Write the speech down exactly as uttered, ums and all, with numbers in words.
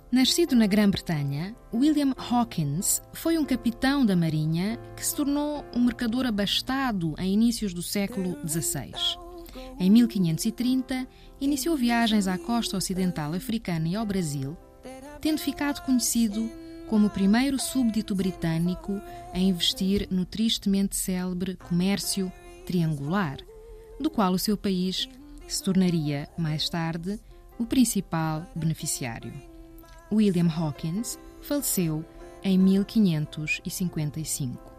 Nascido na Grã-Bretanha, William Hawkins foi um capitão da Marinha que se tornou um mercador abastado em inícios do século dezasseis. Em mil quinhentos e trinta, iniciou viagens à costa ocidental africana e ao Brasil, tendo ficado conhecido como o primeiro súbdito britânico a investir no tristemente célebre comércio triangular, do qual o seu país se tornaria, mais tarde, o principal beneficiário. William Hawkins faleceu em mil quinhentos e cinquenta e cinco.